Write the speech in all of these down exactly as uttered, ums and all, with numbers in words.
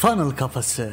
Funnel Kafası.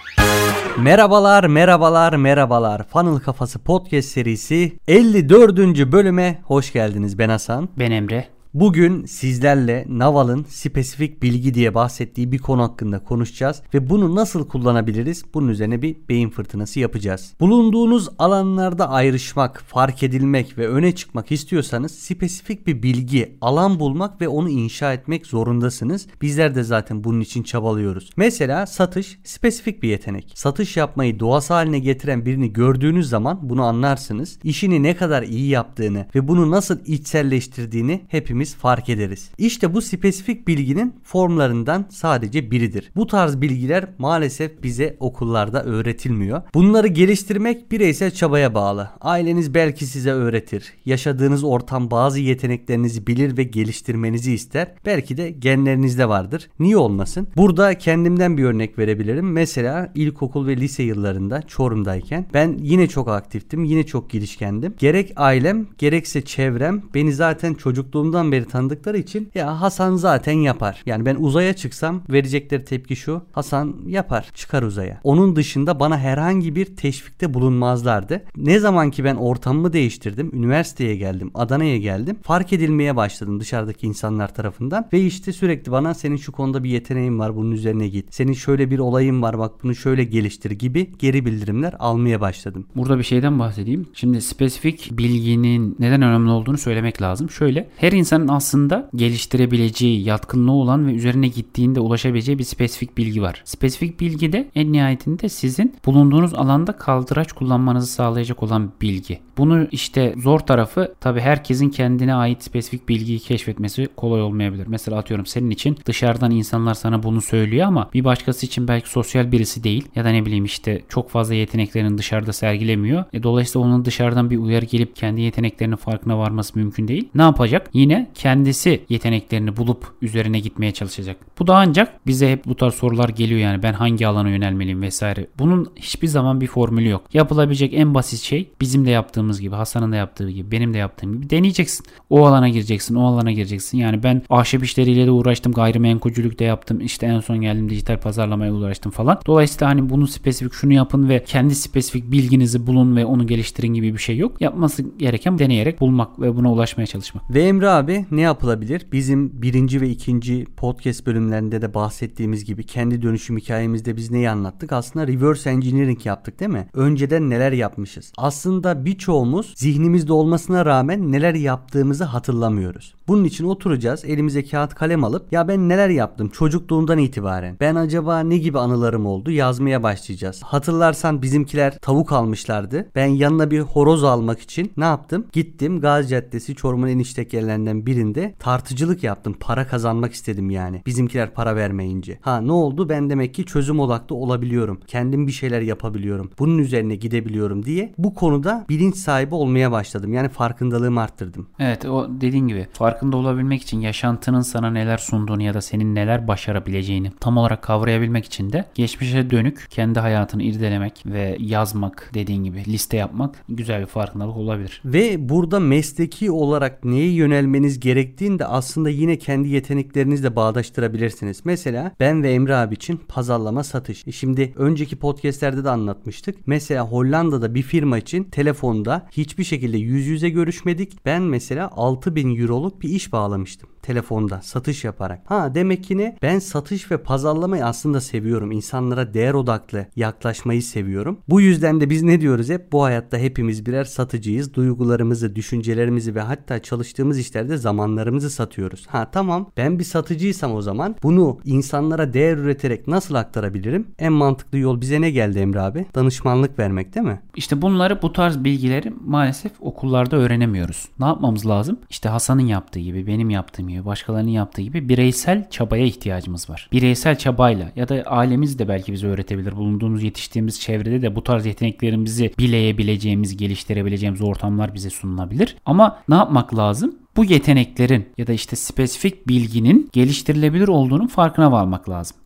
Merhabalar, merhabalar, merhabalar. Funnel Kafası podcast serisi elli dördüncü bölüme hoş geldiniz. Ben Hasan. Ben Emre. Bugün sizlerle Naval'ın spesifik bilgi diye bahsettiği bir konu hakkında konuşacağız ve bunu nasıl kullanabiliriz? Bunun üzerine bir beyin fırtınası yapacağız. Bulunduğunuz alanlarda ayrışmak, fark edilmek ve öne çıkmak istiyorsanız spesifik bir bilgi, alan bulmak ve onu inşa etmek zorundasınız. Bizler de zaten bunun için çabalıyoruz. Mesela satış spesifik bir yetenek. Satış yapmayı doğası haline getiren birini gördüğünüz zaman bunu anlarsınız. İşini ne kadar iyi yaptığını ve bunu nasıl içselleştirdiğini hepimiz fark ederiz. İşte bu spesifik bilginin formlarından sadece biridir. Bu tarz bilgiler maalesef bize okullarda öğretilmiyor. Bunları geliştirmek bireysel çabaya bağlı. Aileniz belki size öğretir. Yaşadığınız ortam bazı yeteneklerinizi bilir ve geliştirmenizi ister. Belki de genlerinizde vardır. Niye olmasın? Burada kendimden bir örnek verebilirim. Mesela ilkokul ve lise yıllarında Çorum'dayken ben yine çok aktiftim. Yine çok girişkendim. Gerek ailem gerekse çevrem beni zaten çocukluğumdan beri tanıdıkları için ya Hasan zaten yapar. Yani ben uzaya çıksam verecekleri tepki şu: Hasan yapar, çıkar uzaya. Onun dışında bana herhangi bir teşvikte bulunmazlardı. Ne zaman ki ben ortamımı değiştirdim, üniversiteye geldim, Adana'ya geldim, fark edilmeye başladım dışarıdaki insanlar tarafından ve işte sürekli bana senin şu konuda bir yeteneğin var, bunun üzerine git. Senin şöyle bir olayın var, bak bunu şöyle geliştir gibi geri bildirimler almaya başladım. Burada bir şeyden bahsedeyim. Şimdi spesifik bilginin neden önemli olduğunu söylemek lazım. Şöyle, her insanın aslında geliştirebileceği, yatkınlığı olan ve üzerine gittiğinde ulaşabileceği bir spesifik bilgi var. Spesifik bilgi de en nihayetinde sizin bulunduğunuz alanda kaldıraç kullanmanızı sağlayacak olan bilgi. Bunu işte zor tarafı tabii herkesin kendine ait spesifik bilgiyi keşfetmesi kolay olmayabilir. Mesela atıyorum senin için dışarıdan insanlar sana bunu söylüyor ama bir başkası için belki sosyal birisi değil ya da ne bileyim işte çok fazla yeteneklerini dışarıda sergilemiyor. E, dolayısıyla onun dışarıdan bir uyarı gelip kendi yeteneklerinin farkına varması mümkün değil. Ne yapacak? Yine kendisi yeteneklerini bulup üzerine gitmeye çalışacak. Bu da ancak bize hep bu tarz sorular geliyor, yani ben hangi alana yönelmeliyim vesaire. Bunun hiçbir zaman bir formülü yok. Yapılabilecek en basit şey bizim de yaptığımız gibi, Hasan'ın da yaptığı gibi, benim de yaptığım gibi deneyeceksin. O alana gireceksin, o alana gireceksin. Yani ben ahşap işleriyle de uğraştım, gayrimenkulcülük de yaptım. İşte en son geldim dijital pazarlamaya uğraştım falan. Dolayısıyla hani bunu spesifik şunu yapın ve kendi spesifik bilginizi bulun ve onu geliştirin gibi bir şey yok. Yapması gereken deneyerek bulmak ve buna ulaşmaya çalışmak. Ve Emre abi ne yapılabilir? Bizim birinci ve ikinci podcast bölümlerinde de bahsettiğimiz gibi kendi dönüşüm hikayemizde biz neyi anlattık? Aslında reverse engineering yaptık değil mi? Önceden neler yapmışız? Aslında birçoğumuz zihnimizde olmasına rağmen neler yaptığımızı hatırlamıyoruz. Bunun için oturacağız, elimize kağıt kalem alıp ya ben neler yaptım çocukluğumdan itibaren? Ben acaba ne gibi anılarım oldu? Yazmaya başlayacağız. Hatırlarsan bizimkiler tavuk almışlardı. Ben yanına bir horoz almak için ne yaptım? Gittim Gazi Caddesi, Çorum'un en işlek yerlerinden birinde tartıcılık yaptım. Para kazanmak istedim yani. Bizimkiler para vermeyince. Ha ne oldu? Ben demek ki çözüm odaklı olabiliyorum. Kendim bir şeyler yapabiliyorum. Bunun üzerine gidebiliyorum diye bu konuda bilinç sahibi olmaya başladım. Yani farkındalığımı arttırdım. Evet, o dediğin gibi farkında olabilmek için yaşantının sana neler sunduğunu ya da senin neler başarabileceğini tam olarak kavrayabilmek için de geçmişe dönük kendi hayatını irdelemek ve yazmak, dediğin gibi liste yapmak güzel bir farkındalık olabilir. Ve burada mesleki olarak neye yönelmeniz gerektiğini de aslında yine kendi yeteneklerinizle bağdaştırabilirsiniz. Mesela ben ve Emre abi için pazarlama, satış. E şimdi önceki podcastlerde de anlatmıştık. Mesela Hollanda'da bir firma için telefonda hiçbir şekilde yüz yüze görüşmedik. Ben mesela altı bin euroluk bir iş bağlamıştım telefonda satış yaparak. Ha demek ki ne? Ben satış ve pazarlamayı aslında seviyorum. İnsanlara değer odaklı yaklaşmayı seviyorum. Bu yüzden de biz ne diyoruz hep? Bu hayatta hepimiz birer satıcıyız. Duygularımızı, düşüncelerimizi ve hatta çalıştığımız işlerde zamanlarımızı satıyoruz. Ha tamam, ben bir satıcıysam o zaman bunu insanlara değer üreterek nasıl aktarabilirim? En mantıklı yol bize ne geldi Emre abi? Danışmanlık vermek değil mi? İşte bunları, bu tarz bilgileri maalesef okullarda öğrenemiyoruz. Ne yapmamız lazım? İşte Hasan'ın yaptığı gibi, benim yaptığım gibi, başkalarının yaptığı gibi bireysel çabaya ihtiyacımız var. Bireysel çabayla ya da ailemiz de belki bize öğretebilir. Bulunduğumuz, yetiştiğimiz çevrede de bu tarz yeteneklerimizi bileyebileceğimiz, geliştirebileceğimiz ortamlar bize sunulabilir. Ama ne yapmak lazım? Bu yeteneklerin ya da işte spesifik bilginin geliştirilebilir olduğunun farkına varmak lazım.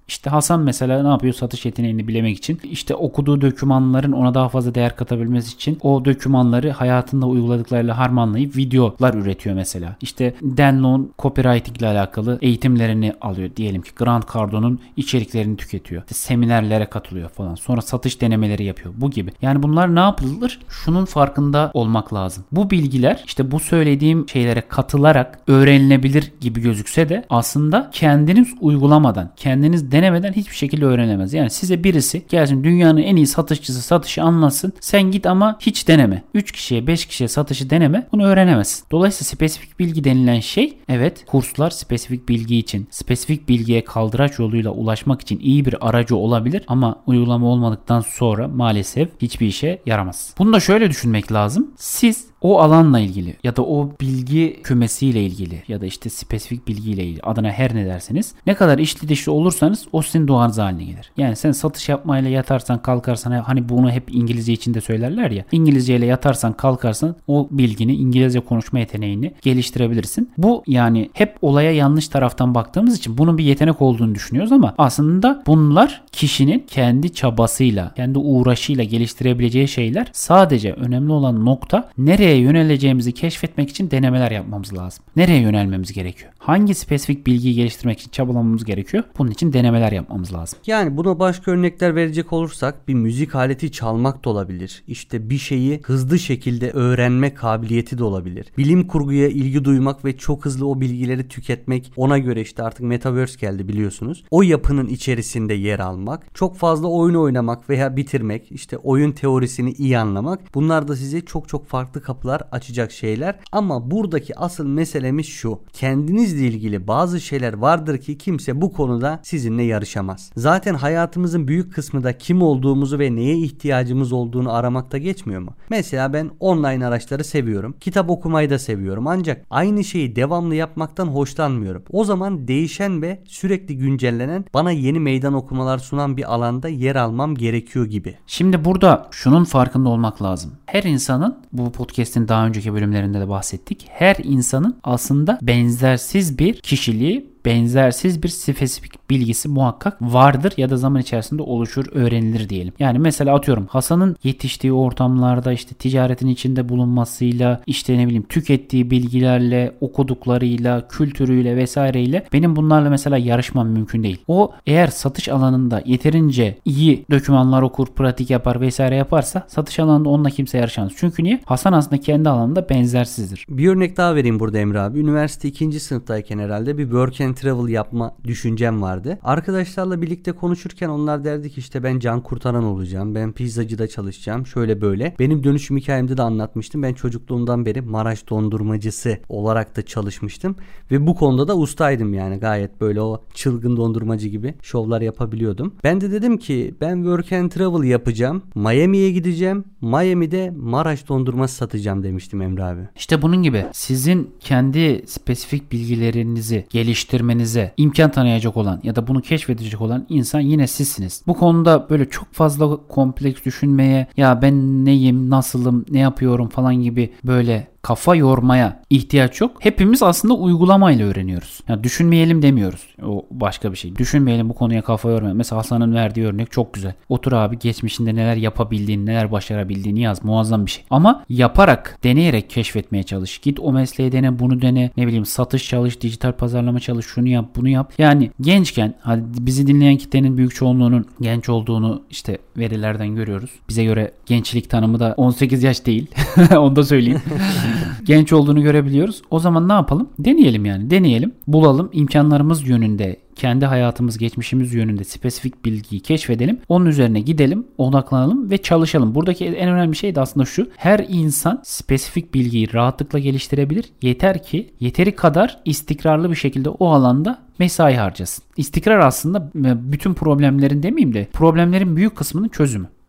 İşte Hasan mesela ne yapıyor? Satış yeteneğini bilemek için. İşte okuduğu dokümanların ona daha fazla değer katabilmesi için o dokümanları hayatında uyguladıklarıyla harmanlayıp videolar üretiyor mesela. İşte Dan Lone copywriting ile alakalı eğitimlerini alıyor. Diyelim ki Grant Cardone'un içeriklerini tüketiyor. İşte seminerlere katılıyor falan. Sonra satış denemeleri yapıyor. Bu gibi. Yani bunlar ne yapılır? Şunun farkında olmak lazım. Bu bilgiler işte bu söylediğim şeylere katılarak öğrenilebilir gibi gözükse de aslında kendiniz uygulamadan, kendiniz denemeden hiçbir şekilde öğrenemez. Yani size birisi gelsin dünyanın en iyi satışçısı satışı anlatsın. Sen git ama hiç deneme. üç kişiye beş kişiye satışı deneme. Bunu öğrenemezsin. Dolayısıyla spesifik bilgi denilen şey, evet, kurslar spesifik bilgi için, spesifik bilgiye kaldıraç yoluyla ulaşmak için iyi bir aracı olabilir ama uygulama olmadıktan sonra maalesef hiçbir işe yaramaz. Bunu da şöyle düşünmek lazım. Siz o alanla ilgili ya da o bilgi kümesiyle ilgili ya da işte spesifik bilgiyle ilgili, adına her ne derseniz, ne kadar içli dışlı olursanız o sizin doğanız haline gelir. Yani sen satış yapmayla yatarsan kalkarsan, hani bunu hep İngilizce içinde söylerler ya, İngilizceyle yatarsan kalkarsan o bilgini, İngilizce konuşma yeteneğini geliştirebilirsin. Bu yani hep olaya yanlış taraftan baktığımız için bunun bir yetenek olduğunu düşünüyoruz ama aslında bunlar kişinin kendi çabasıyla, kendi uğraşıyla geliştirebileceği şeyler. Sadece önemli olan nokta nereye yöneleceğimizi keşfetmek için denemeler yapmamız lazım. Nereye yönelmemiz gerekiyor? Hangi spesifik bilgiyi geliştirmek için çabalamamız gerekiyor? Bunun için denemeler yapmamız lazım. Yani buna başka örnekler verecek olursak bir müzik aleti çalmak da olabilir. İşte bir şeyi hızlı şekilde öğrenme kabiliyeti de olabilir. Bilim kurguya ilgi duymak ve çok hızlı o bilgileri tüketmek, ona göre işte artık Metaverse geldi biliyorsunuz. O yapının içerisinde yer almak, çok fazla oyun oynamak veya bitirmek, işte oyun teorisini iyi anlamak, bunlar da size çok çok farklı kapılar açacak şeyler. Ama buradaki asıl meselemiz şu: kendinizle ilgili bazı şeyler vardır ki kimse bu konuda sizinle yarışamaz. Zaten hayatımızın büyük kısmı da kim olduğumuzu ve neye ihtiyacımız olduğunu aramakta geçmiyor mu? Mesela ben online araçları seviyorum. Kitap okumayı da seviyorum. Ancak aynı şeyi devamlı yapmaktan hoşlanmıyorum. O zaman değişen ve sürekli güncellenen, bana yeni meydan okumalar sunan bir alanda yer almam gerekiyor gibi. Şimdi burada şunun farkında olmak lazım. Her insanın, bu podcast'in daha önceki bölümlerinde de bahsettik, her insanın aslında benzersiz bir kişiliği, benzersiz bir spesifik bilgisi muhakkak vardır ya da zaman içerisinde oluşur, öğrenilir diyelim. Yani mesela atıyorum Hasan'ın yetiştiği ortamlarda, işte ticaretin içinde bulunmasıyla, işte ne bileyim tükettiği bilgilerle, okuduklarıyla, kültürüyle vesaireyle benim bunlarla mesela yarışmam mümkün değil. O eğer satış alanında yeterince iyi dokümanlar okur, pratik yapar vesaire yaparsa satış alanında onunla kimse yarışamaz. Çünkü niye? Hasan aslında kendi alanında benzersizdir. Bir örnek daha vereyim burada Emre abi. Üniversite ikinci sınıftayken herhalde bir work and travel yapma düşüncem vardı. Arkadaşlarla birlikte konuşurken onlar derdi ki işte ben can kurtaran olacağım, ben pizzacıda çalışacağım, şöyle böyle. Benim dönüşüm hikayemde de anlatmıştım. Ben çocukluğumdan beri Maraş dondurmacısı olarak da çalışmıştım ve bu konuda da ustaydım, yani gayet böyle o çılgın dondurmacı gibi şovlar yapabiliyordum. Ben de dedim ki ben work and travel yapacağım, Miami'ye gideceğim, Miami'de Maraş dondurması satacağım demiştim Emre abi. İşte bunun gibi sizin kendi spesifik bilgilerinizi geliştirmenize imkan tanıyacak olan ya da bunu keşfedecek olan insan yine sizsiniz. Bu konuda böyle çok fazla kompleks düşünmeye, ya ben neyim, nasılım, ne yapıyorum falan gibi böyle kafa yormaya ihtiyaç yok. Hepimiz aslında uygulamayla öğreniyoruz. Yani düşünmeyelim demiyoruz. O başka bir şey. Düşünmeyelim, bu konuya kafa yormayalım. Mesela Hasan'ın verdiği örnek çok güzel. Otur abi, geçmişinde neler yapabildiğini, neler başarabildiğini yaz. Muazzam bir şey. Ama yaparak, deneyerek keşfetmeye çalış. Git o mesleği dene, bunu dene. Ne bileyim satış çalış, dijital pazarlama çalış, şunu yap, bunu yap. Yani gençken, hadi bizi dinleyen kitlenin büyük çoğunluğunun genç olduğunu işte verilerden görüyoruz. Bize göre gençlik tanımı da on sekiz yaş değil. Onu da söyleyeyim. Genç olduğunu görebiliyoruz. O zaman ne yapalım? Deneyelim yani. Deneyelim. Bulalım. İmkanlarımız yönünde, kendi hayatımız, geçmişimiz yönünde spesifik bilgiyi keşfedelim. Onun üzerine gidelim, odaklanalım ve çalışalım. Buradaki en önemli şey de aslında şu: her insan spesifik bilgiyi rahatlıkla geliştirebilir. Yeter ki yeteri kadar istikrarlı bir şekilde o alanda mesai harcasın. İstikrar aslında bütün problemlerin demeyeyim de problemlerin büyük kısmının çözümü.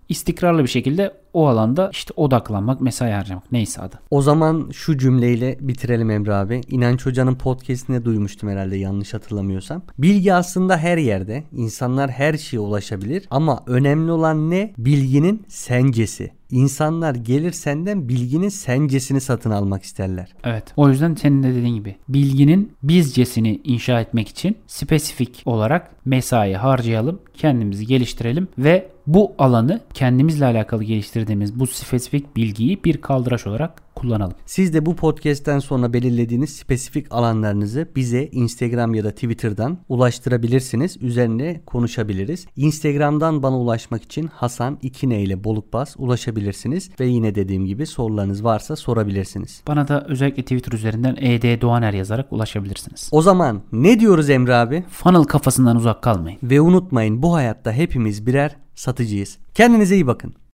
istikrarlı bir şekilde o alanda işte odaklanmak, mesai harcamak, neyse adı. O zaman şu cümleyle bitirelim Emre abi. İnanç Hoca'nın podcast'inde duymuştum herhalde, yanlış hatırlamıyorsam. Bilgi aslında her yerde. İnsanlar her şeye ulaşabilir ama önemli olan ne? Bilginin sencesi. İnsanlar gelir senden bilginin sencesini satın almak isterler. Evet. O yüzden senin de dediğin gibi bilginin bizcesini inşa etmek için spesifik olarak mesai harcayalım, kendimizi geliştirelim ve bu alanı kendimizle alakalı geliştirdiğimiz bu spesifik bilgiyi bir kaldıraç olarak kullanalım. Siz de bu podcast'ten sonra belirlediğiniz spesifik alanlarınızı bize Instagram ya da Twitter'dan ulaştırabilirsiniz. Üzerine konuşabiliriz. Instagram'dan bana ulaşmak için Hasan İkine ile Bolukbaz ulaşabilirsiniz ve yine dediğim gibi sorularınız varsa sorabilirsiniz. Bana da özellikle Twitter üzerinden E D Doğaner yazarak ulaşabilirsiniz. O zaman ne diyoruz Emre abi? Funnel kafasından uzak kalmayın. Ve unutmayın, bu hayatta hepimiz birer satıcıyız. Kendinize iyi bakın.